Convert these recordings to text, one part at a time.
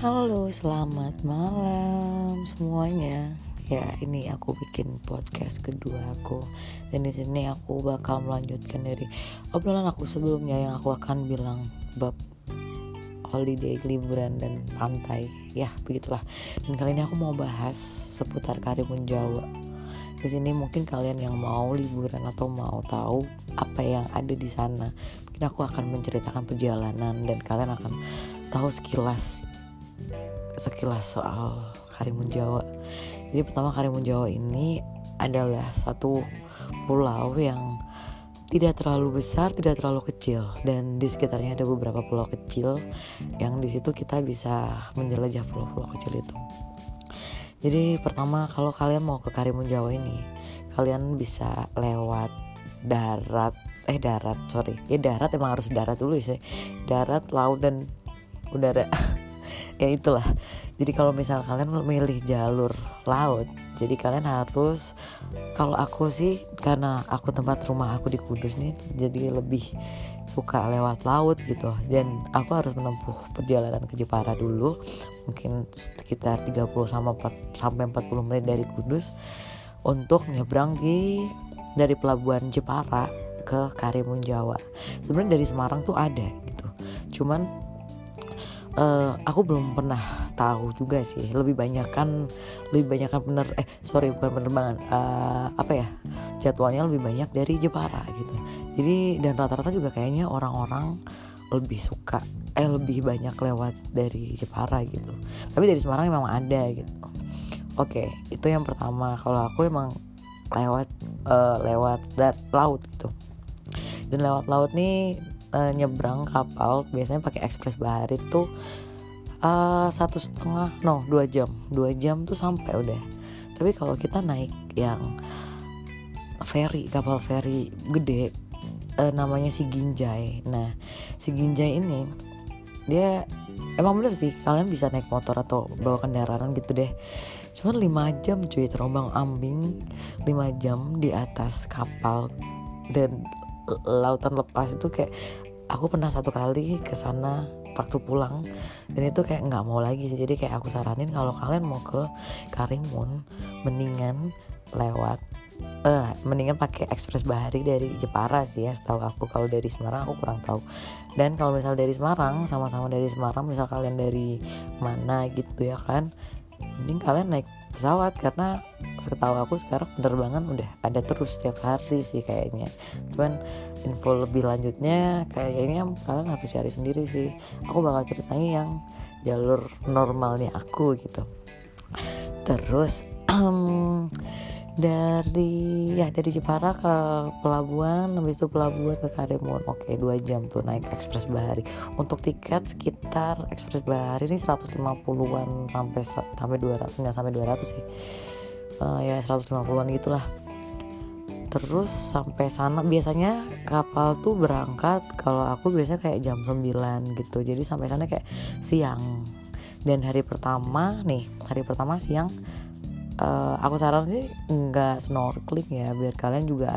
Halo, selamat malam semuanya. Ya, ini aku bikin podcast kedua aku. Dan di sini aku bakal melanjutkan dari obrolan aku sebelumnya yang aku akan bilang bab holiday, liburan dan pantai. Ya, begitulah. Dan kali ini aku mau bahas seputar Karimun Jawa. Di sini mungkin kalian yang mau liburan atau mau tahu apa yang ada di sana, mungkin aku akan menceritakan perjalanan dan kalian akan tahu sekilas soal Karimun Jawa. Jadi pertama, Karimun Jawa ini adalah suatu pulau yang tidak terlalu besar, tidak terlalu kecil, dan di sekitarnya ada beberapa pulau kecil yang di situ kita bisa menjelajah pulau-pulau kecil itu. Jadi pertama, kalau kalian mau ke Karimun Jawa ini, kalian bisa lewat darat, darat, emang harus darat dulu sih. Darat, laut dan udara. Ya itulah. Jadi kalau misal kalian memilih jalur laut, jadi kalian harus, kalau aku sih karena aku tempat rumah aku di Kudus nih, jadi lebih suka lewat laut gitu. Dan aku harus menempuh perjalanan ke Jepara dulu, mungkin sekitar 30 sampai 40 menit dari Kudus untuk nyebrang dari pelabuhan Jepara ke Karimun Jawa. Sebenarnya dari Semarang tuh ada gitu. Cuman aku belum pernah tahu juga sih. Lebih banyak kan penerbangan jadwalnya lebih banyak dari Jepara gitu. Jadi dan rata-rata juga kayaknya orang-orang lebih banyak lewat dari Jepara gitu. Tapi dari Semarang memang ada gitu. Oke, itu yang pertama. Kalau aku emang lewat laut gitu. Dan lewat laut nih, nyebrang kapal biasanya pakai ekspres bahari tuh 2 jam tuh sampai udah. Tapi kalau kita naik yang kapal feri gede, namanya si Ginjai. Nah, si Ginjai ini dia emang bener sih, kalian bisa naik motor atau bawa kendaraan gitu deh. Cuman 5 jam cuy, terombang ambing 5 jam di atas kapal dan lautan lepas. Itu kayak aku pernah satu kali ke sana waktu pulang dan itu kayak nggak mau lagi sih. Jadi kayak aku saranin kalau kalian mau ke Karimun, mendingan pakai ekspres bahari dari Jepara sih ya, setahu aku. Kalau dari Semarang aku kurang tahu. Dan kalau misal dari Semarang, sama-sama dari Semarang, misal kalian dari mana gitu ya kan, mending kalian naik pesawat, karena setahu aku sekarang penerbangan udah ada terus setiap hari sih kayaknya. Cuman info lebih lanjutnya kayaknya kalian harus cari sendiri sih. Aku bakal ceritain yang jalur normalnya aku gitu. Terus dari Jepara ke pelabuhan, habis itu pelabuhan ke Karimun. Oke, 2 jam tuh naik ekspres bahari. Untuk tiket sekitar ekspres bahari ini 150-an sampai 200, enggak sampai 200 sih. Ya 150-an gitulah. Terus sampai sana biasanya kapal tuh berangkat, kalau aku biasanya kayak jam 9 gitu. Jadi sampai sana kayak siang. Dan hari pertama siang, aku saran sih nggak snorkeling ya, biar kalian juga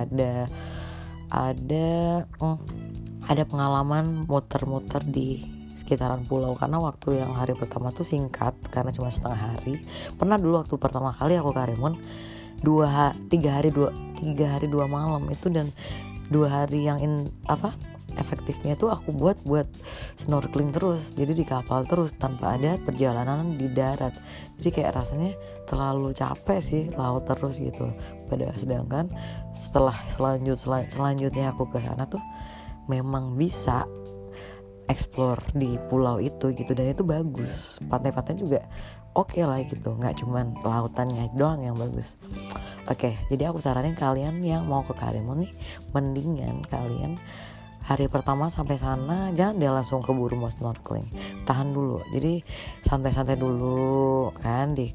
ada pengalaman muter-muter di sekitaran pulau. Karena waktu yang hari pertama tuh singkat karena cuma setengah hari. Pernah dulu waktu pertama kali aku Karimun 3 hari 2 malam itu, dan 2 hari yang efektifnya tuh aku buat snorkeling terus. Jadi di kapal terus tanpa ada perjalanan di darat. Jadi kayak rasanya terlalu capek sih laut terus gitu. Sedangkan setelah selanjutnya aku ke sana tuh memang bisa explore di pulau itu gitu, dan itu bagus. Pantai-pantai juga oke lah gitu, nggak cuman lautannya doang yang bagus. Oke, jadi aku saranin kalian yang mau ke Karimun nih, mendingan kalian hari pertama sampai sana jangan dia langsung keburu mau snorkeling, tahan dulu. Jadi santai-santai dulu kan di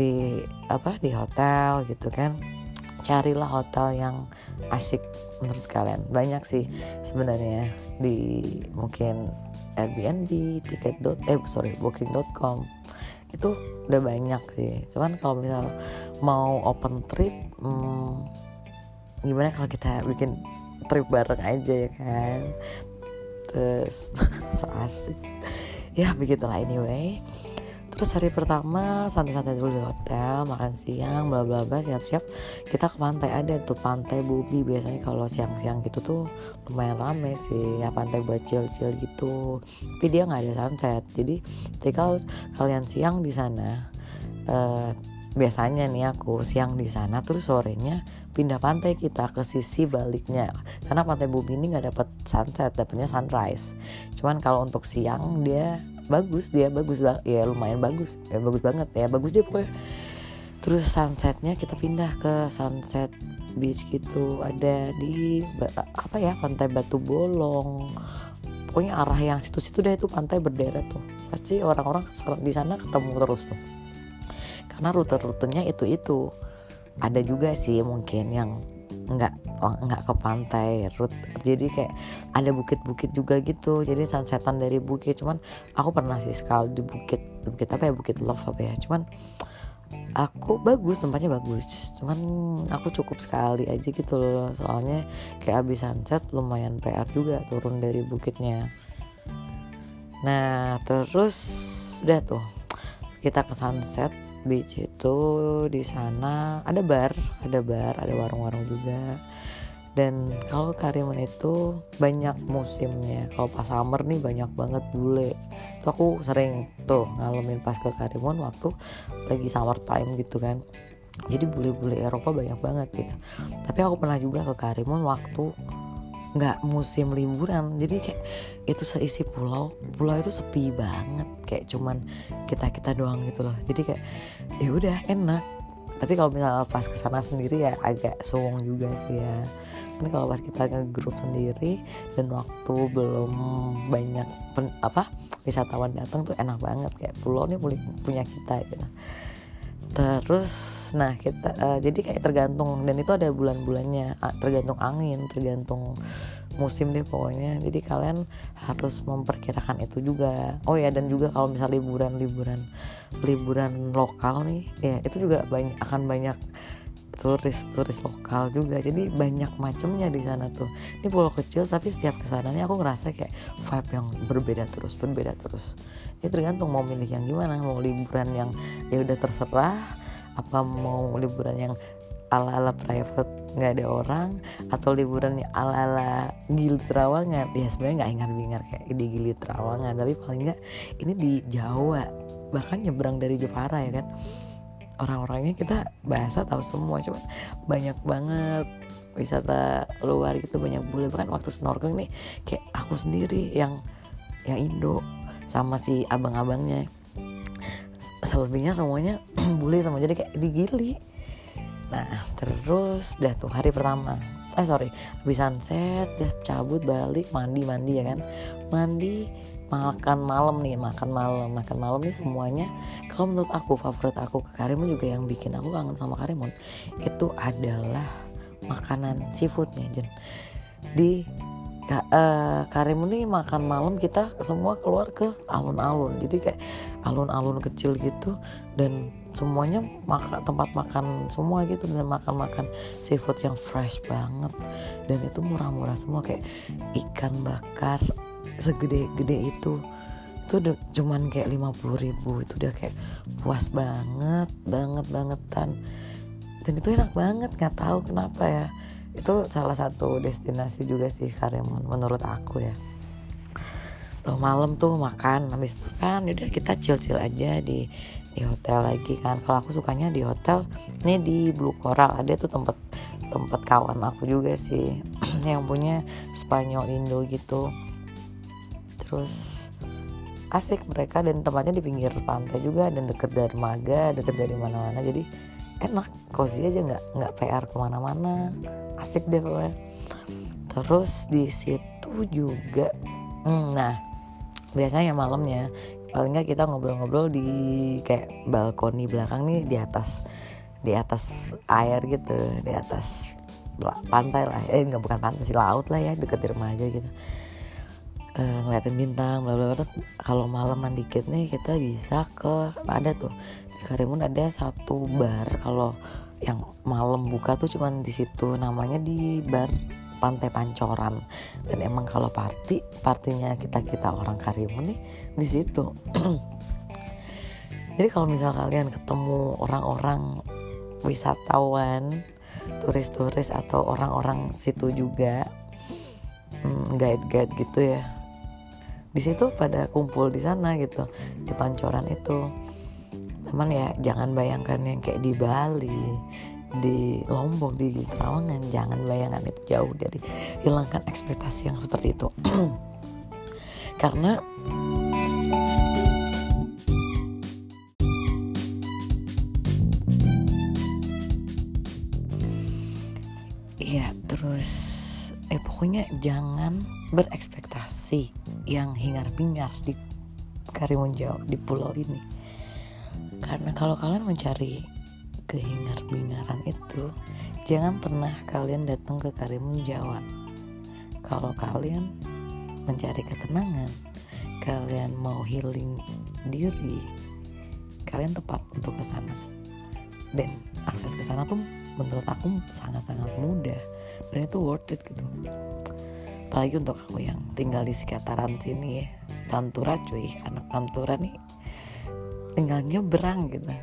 hotel gitu kan. Carilah hotel yang asik menurut kalian. Banyak sih sebenarnya di mungkin Airbnb, booking.com itu udah banyak sih. Cuman kalau misal mau open trip, gimana kalau kita bikin trip bareng aja ya kan. Terus so asik ya, begitulah. Anyway, Terus hari pertama santai-santai dulu di hotel, makan siang, bla bla bla, siap-siap kita ke pantai. Ada tuh pantai Bobi, biasanya kalau siang-siang gitu tuh lumayan rame sih ya, pantai buat chill-chill gitu. Tapi dia nggak ada sunset. Jadi ketika kalian siang di sana, biasanya nih aku siang di sana, terus sorenya pindah pantai kita ke sisi baliknya, karena pantai Bobi ini nggak dapat sunset, dapatnya sunrise. Cuman kalau untuk siang dia bagus ya, lumayan bagus ya, bagus banget ya, bagus deh pokoknya. Terus sunsetnya kita pindah ke Sunset Beach gitu, ada di pantai Batu Bolong, pokoknya arah yang situ-situ deh, itu pantai berderet tuh, pasti orang-orang di sana ketemu terus tuh, karena rute-rutenya itu. Ada juga sih mungkin yang nggak ke pantai route, jadi kayak ada bukit-bukit juga gitu, jadi sunsetan dari bukit. Cuman aku pernah sih sekali di bukit Bukit Love ya, cuman aku tempatnya bagus, cuman aku cukup sekali aja gitu loh, soalnya kayak abis sunset lumayan PR juga turun dari bukitnya. Nah terus udah tuh kita ke Sunset Beach itu, di sana ada bar, ada warung-warung juga. Dan kalau Karimun itu banyak musimnya. Kalau pas summer nih banyak banget bule. Itu aku sering tuh ngalamin pas ke Karimun waktu lagi summer time gitu kan. Jadi bule-bule Eropa banyak banget gitu. Tapi aku pernah juga ke Karimun waktu nggak musim liburan, jadi kayak itu seisi pulau itu sepi banget, kayak cuman kita doang gitu loh. Jadi kayak ya udah enak. Tapi kalau misalnya pas kesana sendiri ya agak songong juga sih ya. Tapi kalau pas kita ngegrup sendiri dan waktu belum banyak wisatawan datang tuh enak banget, kayak pulau ini punya kita gitu. Terus nah kita jadi kayak tergantung, dan itu ada bulan-bulannya, tergantung angin, tergantung musim deh pokoknya. Jadi kalian harus memperkirakan itu juga. Oh ya, dan juga kalau misalnya liburan lokal nih ya, itu juga akan banyak turis lokal juga, jadi banyak macamnya di sana tuh. Ini pulau kecil tapi setiap kesananya aku ngerasa kayak vibe yang berbeda terus. Ya tergantung mau milih yang gimana, mau liburan yang ya udah terserah, apa mau liburan yang ala private nggak ada orang, atau liburan yang ala Gili Trawangan. Ya sebenarnya nggak ingat kayak di Gili Trawangan, tapi paling nggak ini di Jawa, bahkan nyebrang dari Jepara ya kan. Orang-orangnya kita bahasa tahu semua, cuman banyak banget wisata luar gitu, banyak bule. Bahkan waktu snorkeling nih kayak aku sendiri yang Indo sama si abang-abangnya, selebihnya semuanya bule sama, jadi kayak digili. Nah terus dah tuh hari pertama habis sunset ya cabut balik, mandi ya kan, makan malam nih semuanya. Kalau menurut aku favorit aku ke Karimun juga, yang bikin aku kangen sama Karimun itu adalah makanan seafoodnya Jen. Di Karimun nih makan malam kita semua keluar ke alun-alun, jadi kayak alun-alun kecil gitu, dan semuanya tempat makan semua gitu, dan makan seafood yang fresh banget, dan itu murah-murah semua, kayak ikan bakar segede-gede itu cuman kayak 50.000, itu udah kayak puas bangetan, dan itu enak banget. Nggak tahu kenapa ya, itu salah satu destinasi juga sih Karimun menurut aku ya. Loh, malam tuh habis makan udah kita chill aja di hotel lagi kan. Kalau aku sukanya di hotel nih di Blue Coral, ada tuh tempat kawan aku juga sih yang punya Spanyol Indo gitu. Terus asik mereka, dan tempatnya di pinggir pantai juga, dan deket dermaga, deket dari mana-mana, jadi enak, cozy aja, nggak PR kemana-mana, asik deh pokoknya. Terus di situ juga nah biasanya malamnya paling nggak kita ngobrol-ngobrol di kayak balkoni belakang nih, di atas air gitu, di atas pantai lah, bukan pantai sih, laut lah ya, deket dermaga gitu. Ngeliatin bintang bla bla. Terus kalau malaman dikit nih kita bisa ada tuh di Karimun ada satu bar, kalau yang malam buka tuh cuman di situ, namanya di bar Pantai Pancoran. Dan emang kalau partinya kita orang Karimun nih di situ. Jadi kalau misal kalian ketemu orang-orang wisatawan, turis-turis atau orang-orang situ juga, guide-guide gitu ya, di situ pada kumpul di sana gitu, di pancoran itu. Teman ya, jangan bayangkan yang kayak di Bali, di Lombok, di Trawangan. Jangan bayangkan itu, jauh dari, hilangkan ekspektasi yang seperti itu. Karena iya, terus pokoknya jangan berekspektasi yang hingar-bingar di Karimun Jawa, di pulau ini. Karena kalau kalian mencari kehingar-bingaran itu, jangan pernah kalian datang ke Karimun Jawa. Kalau kalian mencari ketenangan, kalian mau healing diri, kalian tepat untuk ke sana. Dan akses ke sana tuh menurut aku sangat-sangat mudah dan itu worth it gitu. Apalagi untuk aku yang tinggal di sekitaran sini ya, Pantura cuy, anak Pantura nih tinggal nyebrang gitu.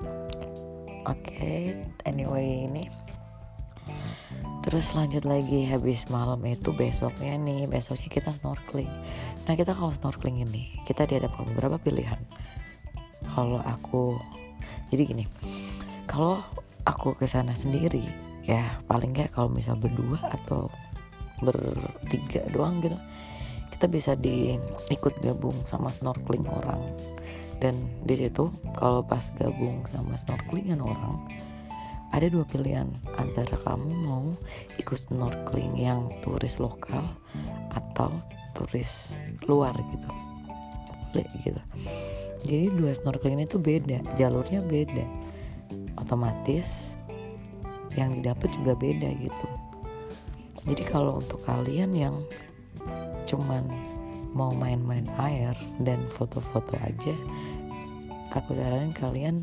Oke, anyway ini terus lanjut lagi, habis malam itu besoknya kita snorkeling. Nah, kita kalau snorkeling ini kita dihadapkan beberapa pilihan. Kalau aku, jadi gini, kalau aku kesana sendiri ya paling nggak kalau misal berdua atau bertiga doang gitu, kita bisa ikut gabung sama snorkeling orang. Dan di situ kalau pas gabung sama snorkelingan orang, ada dua pilihan, antara kamu mau ikut snorkeling yang turis lokal atau turis luar gitu, boleh gitu. Jadi dua snorkeling itu beda, jalurnya beda, otomatis yang didapat juga beda gitu. Jadi kalau untuk kalian yang cuman mau main-main air dan foto-foto aja, aku saranin kalian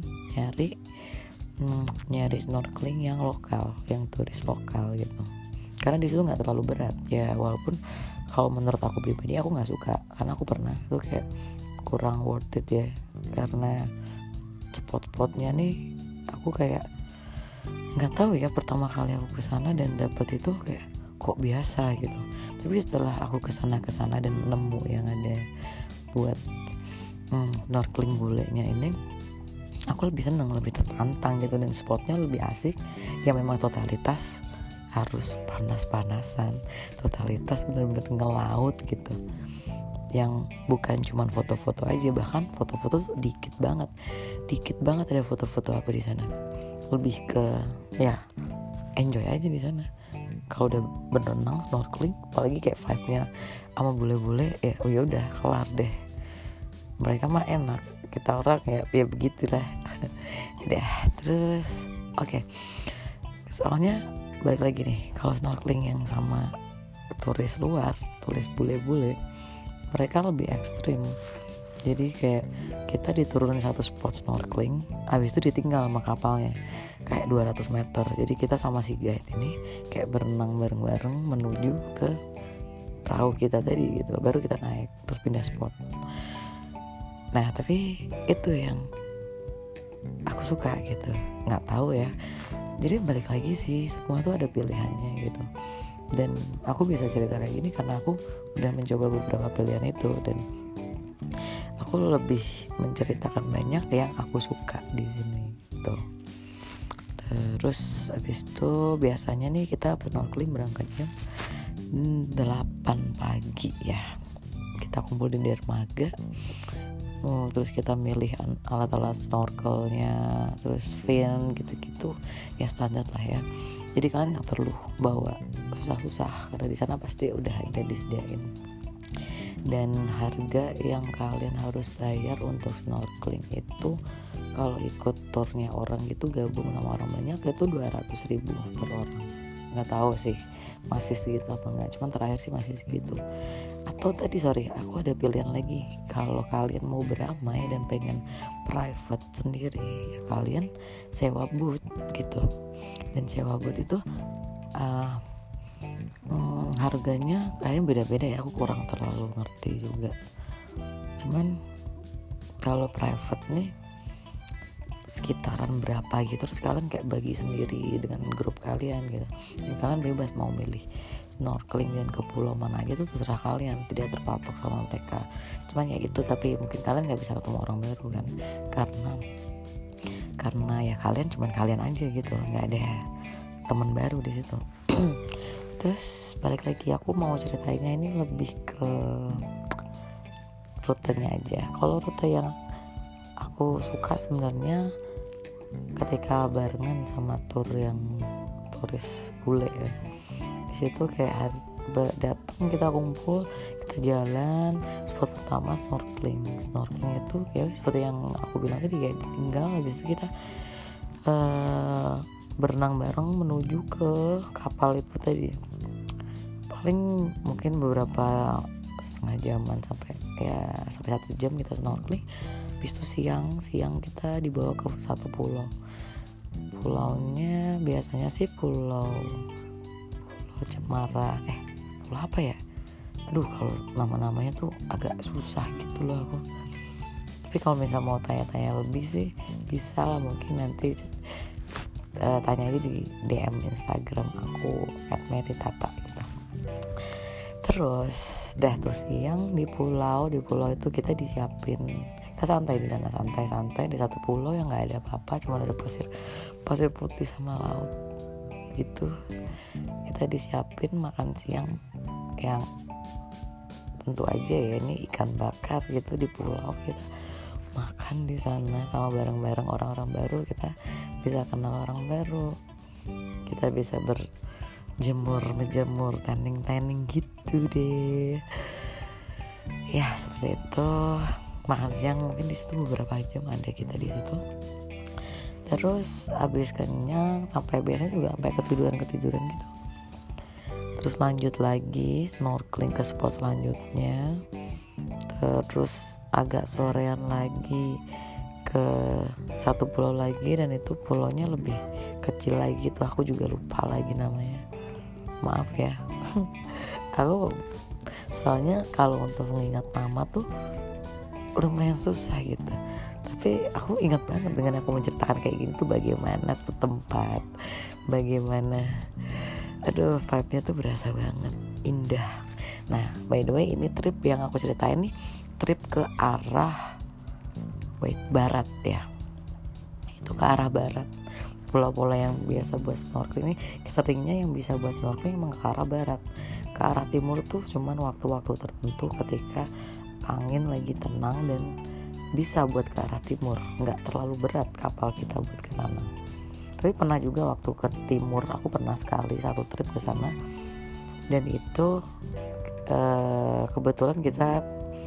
nyari snorkeling yang lokal, yang turis lokal gitu. Karena di situ nggak terlalu berat ya, walaupun kalau menurut aku pribadi aku nggak suka, karena aku pernah tuh kayak kurang worth it ya, karena spot-spotnya nih aku kayak nggak tahu ya, pertama kali aku kesana dan dapet itu kayak kok biasa gitu. Tapi setelah aku kesana dan nemu yang ada buat snorkeling bulenya ini, aku lebih seneng, lebih tertantang gitu, dan spotnya lebih asik. Ya memang totalitas harus panas-panasan, totalitas benar-benar ngelaut gitu, yang bukan cuman foto-foto aja. Bahkan foto-foto tuh dikit banget ada foto-foto aku di sana. Lebih ke ya enjoy aja di sana. Kalau udah berenang snorkeling, apalagi kayak vibe-nya sama bule-bule ya, oh ya udah kelar deh. Mereka mah enak, kita orang ya begitulah. Udah, terus oke. Soalnya balik lagi nih, kalau snorkeling yang sama turis luar, turis bule-bule, mereka lebih ekstrim. Jadi kayak kita diturunin satu spot snorkeling, habis itu ditinggal sama kapalnya kayak 200 meter. Jadi kita sama si guide ini kayak berenang bareng-bareng menuju ke perahu kita tadi gitu, baru kita naik terus pindah spot. Nah tapi itu yang aku suka gitu, nggak tahu ya. Jadi balik lagi sih, semua tuh ada pilihannya gitu. Dan aku bisa cerita kayak gini karena aku udah mencoba beberapa pilihan itu, dan aku lebih menceritakan banyak yang aku suka di sini gitu. Terus habis itu biasanya nih kita snorkeling berangkat jam 8 pagi ya. Kita kumpul di dermaga. Terus kita milih alat-alat snorkelnya, terus fin gitu-gitu ya, standar lah ya. Jadi kalian nggak perlu bawa susah-susah karena di sana pasti udah ada disediain. Dan harga yang kalian harus bayar untuk snorkeling itu, kalau ikut turnya orang gitu, gabung sama orang banyak, itu 200.000 per orang. Nggak tahu sih masih segitu apa enggak, cuman terakhir sih masih segitu. Atau tadi aku ada pilihan lagi, kalau kalian mau beramai dan pengen private sendiri ya, kalian sewa booth gitu. Dan sewa booth itu harganya kayaknya beda-beda ya, aku kurang terlalu ngerti juga. Cuman kalau private nih sekitaran berapa gitu, terus kalian kayak bagi sendiri dengan grup kalian gitu, dan kalian bebas mau milih snorkeling dan ke pulau mana aja tuh terserah kalian, tidak terpatok sama mereka. Cuman ya itu, tapi mungkin kalian nggak bisa ketemu orang baru kan, karena ya kalian cuman kalian aja gitu, nggak ada teman baru di situ. Terus balik lagi, aku mau ceritainnya ini lebih ke rutenya aja. Kalau rute yang aku suka sebenarnya ketika barengan sama tur yang turis bule ya. Di situ kayak datang, kita kumpul, kita jalan. Spot pertama snorkeling itu ya seperti yang aku bilang tadi, kayak ditinggal, habis itu kita berenang bareng menuju ke kapal itu tadi. Paling mungkin beberapa setengah jaman sampai 1 jam kita snorkeling. Habis itu siang kita dibawa ke satu pulaunya biasanya sih pulau Cemara, pulau apa ya, kalau nama-namanya tuh agak susah gitu loh aku. Tapi kalau misalnya mau tanya-tanya lebih sih bisa lah, mungkin nanti tanya aja di DM Instagram aku @meritata gitu. Terus dah tuh siang di pulau itu kita disiapin, kita santai di sana, santai di satu pulau yang nggak ada apa-apa, cuma ada pasir putih sama laut gitu. Kita disiapin makan siang yang tentu aja ya ini ikan bakar gitu di pulau. Kita makan di sana sama bareng-bareng orang-orang baru, kita bisa kenal orang baru, kita bisa menjemur, tanning gitu deh. Ya seperti itu. Makan siang mungkin di situ beberapa jam ada kita di situ. Terus abis kenyang sampai biasanya juga sampai ketiduran gitu. Terus lanjut lagi snorkeling ke spot selanjutnya. Terus agak sorean lagi ke satu pulau lagi, dan itu pulaunya lebih kecil lagi tuh, aku juga lupa lagi namanya, maaf ya. Aku soalnya kalau untuk mengingat nama tuh lumayan susah gitu, tapi aku ingat banget dengan aku menceritakan kayak gini tuh bagaimana tuh tempat, bagaimana vibe-nya tuh berasa banget indah. Nah by the way, ini trip yang aku ceritain nih trip ke arah barat ya, itu ke arah barat. Pulau-pulau yang biasa buat snorkeling ini seringnya yang bisa buat snorkeling emang ke arah barat. Ke arah timur tuh cuman waktu-waktu tertentu ketika angin lagi tenang dan bisa buat ke arah timur, nggak terlalu berat kapal kita buat ke sana. Tapi pernah juga waktu ke timur, aku pernah sekali satu trip ke sana, dan itu kebetulan kita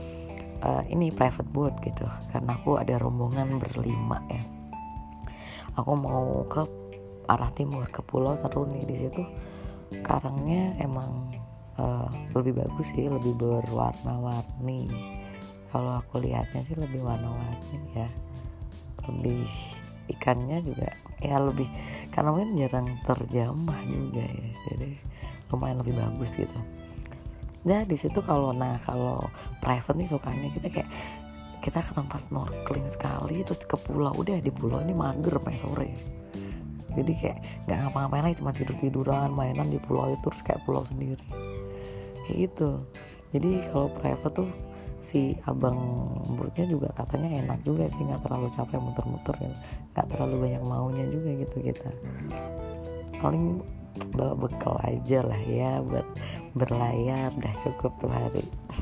ini private boat gitu, karena aku ada rombongan berlima ya. Aku mau ke arah timur, ke Pulau Seruni. Di situ karangnya emang lebih bagus sih, lebih berwarna-warni. Kalau aku lihatnya sih lebih warna-warni ya, lebih ikannya juga ya lebih, karena mungkin jarang terjamah juga ya, jadi lumayan lebih bagus gitu. Nah di situ kalau private nih sukanya kita ke tempat snorkeling sekali, terus ke pulau, udah di pulau ini mager sampai sore. Jadi kayak nggak ngapa-ngapain lagi, cuma tiduran mainan di pulau itu, terus kayak pulau sendiri kayak gitu. Jadi kalau private tuh si abang bootnya juga katanya enak juga sih, nggak terlalu capek muter-muter gitu, nggak terlalu banyak maunya juga gitu. Kita paling bawa bekal aja lah ya buat berlayar, udah cukup tuh hari.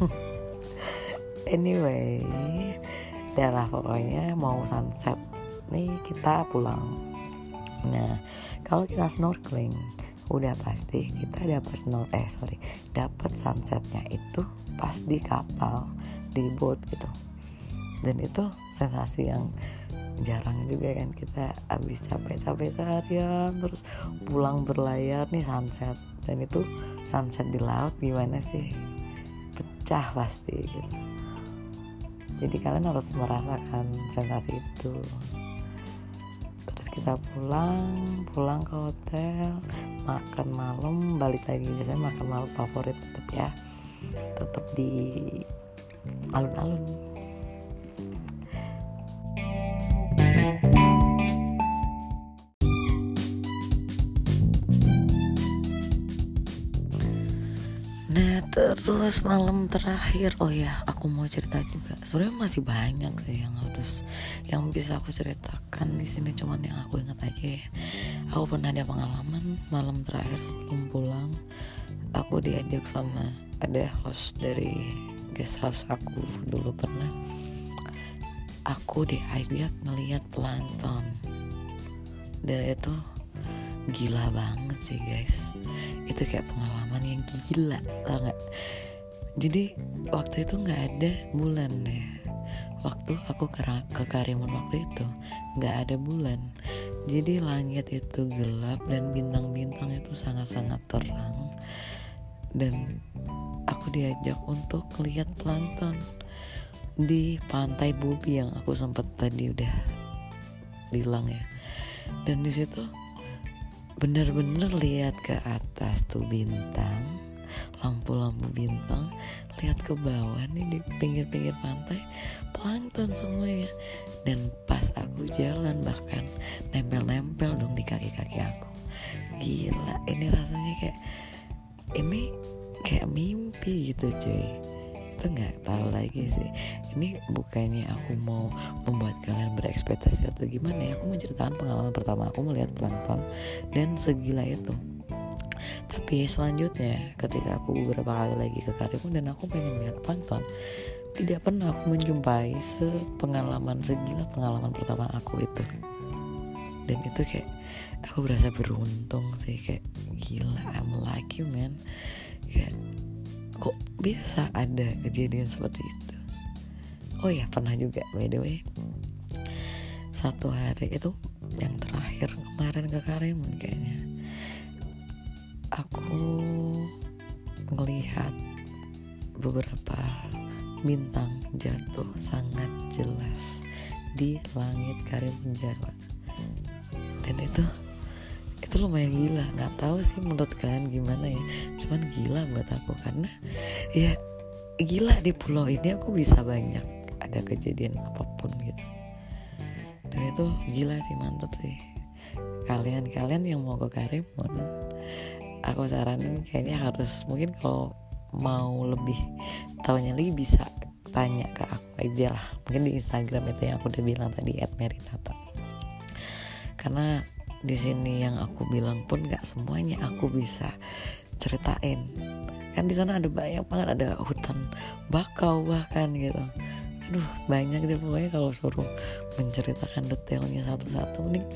Anyway, udah lah pokoknya mau sunset nih kita pulang. Nah kalau kita snorkeling udah pasti kita dapat sunsetnya itu pas di kapal, di boat gitu. Dan itu sensasi yang jarang juga kan, kita habis capek-capek seharian terus pulang berlayar nih sunset, dan itu sunset di laut gimana sih, pecah pasti gitu. Jadi kalian harus merasakan sensasi itu. Terus kita pulang ke hotel, makan malam, balik lagi. Biasanya makan malam favorit tetap di alun-alun. Terus malam terakhir, oh ya, aku mau cerita juga. Sebenarnya masih banyak sih yang bisa aku ceritakan di sini, cuman yang aku ingat aja ya. Aku pernah ada pengalaman malam terakhir sebelum pulang. Aku diajak sama ada host dari guest house aku dulu pernah. Aku diajak ngelihat plankton. Dan itu gila banget sih guys. Itu kayak pengalaman yang gila, tau gak? Jadi waktu itu gak ada bulan ya. Waktu aku ke Karimun waktu itu gak ada bulan. Jadi langit itu gelap dan bintang-bintang itu sangat-sangat terang. Dan aku diajak untuk lihat plankton di pantai Bubi yang aku sempat tadi udah bilang ya. Dan di situ bener-bener lihat ke atas tuh bintang, lampu-lampu bintang, lihat ke bawah nih di pinggir-pinggir pantai plankton semuanya. Dan pas aku jalan bahkan nempel-nempel dong di kaki-kaki aku. Gila, ini rasanya kayak mimpi gitu cuy. Itu nggak tahu lagi sih. Ini bukannya aku mau membuat kalian berekspektasi atau gimana ya. Aku menceritakan pengalaman pertama aku melihat plankton dan segila itu. Tapi selanjutnya ketika aku beberapa kali lagi ke Karimun dan aku pengen lihat plankton, tidak pernah aku menjumpai sepengalaman segila pengalaman pertama aku itu. Dan itu kayak aku berasa beruntung sih, kayak gila, I'm lucky man. Kayak kok bisa ada kejadian seperti itu. Oh ya, pernah juga by the way, satu hari itu yang terakhir kemarin ke Karimun kayaknya, aku ngelihat beberapa bintang jatuh sangat jelas di langit Karimun Jawa. Dan itu lumayan gila. Nggak tahu sih menurut kalian gimana ya, cuman gila buat aku karena ya gila, di pulau ini aku bisa banyak ada kejadian apapun gitu. Dan itu gila sih, mantep sih. Kalian yang mau ke Karimun, aku saranin kayaknya harus, mungkin kalau mau lebih tahunya lagi bisa tanya ke aku aja lah, mungkin di Instagram itu yang aku udah bilang tadi @meritata. Karena di sini yang aku bilang pun gak semuanya aku bisa ceritain. Kan di sana ada banyak banget, ada hutan bakau bahkan gitu. Aduh, banyak deh pokoknya kalau suruh menceritakan detailnya satu-satu nih.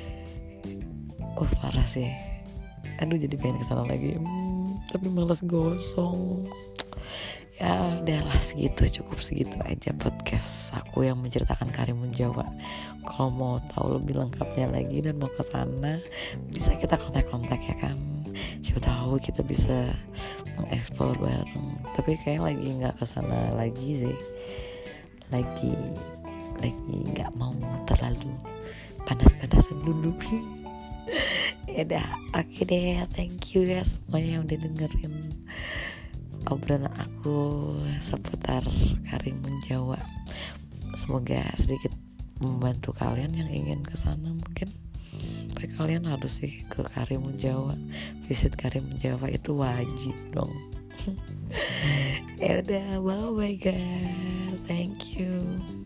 Parah sih. Aduh, jadi pengen kesana lagi. Tapi malas gosong. Ya udahlah, cukup segitu aja podcast aku yang menceritakan Karimun Jawa. Kalau mau tahu lebih lengkapnya lagi dan mau ke sana, bisa kita kontak ya kan. Siapa tahu kita bisa mengeksplor bareng. Tapi kayak lagi nggak ke sana lagi sih. Lagi nggak mau terlalu panas-panasan dulu. Ya udah, oke deh. Thank you ya semuanya yang udah dengerin obrolan aku seputar Karimun Jawa. Semoga sedikit membantu kalian yang ingin kesana. Mungkin tapi kalian harus sih ke Karimun Jawa, visit Karimun Jawa itu wajib dong. Ya udah, bye guys, thank you.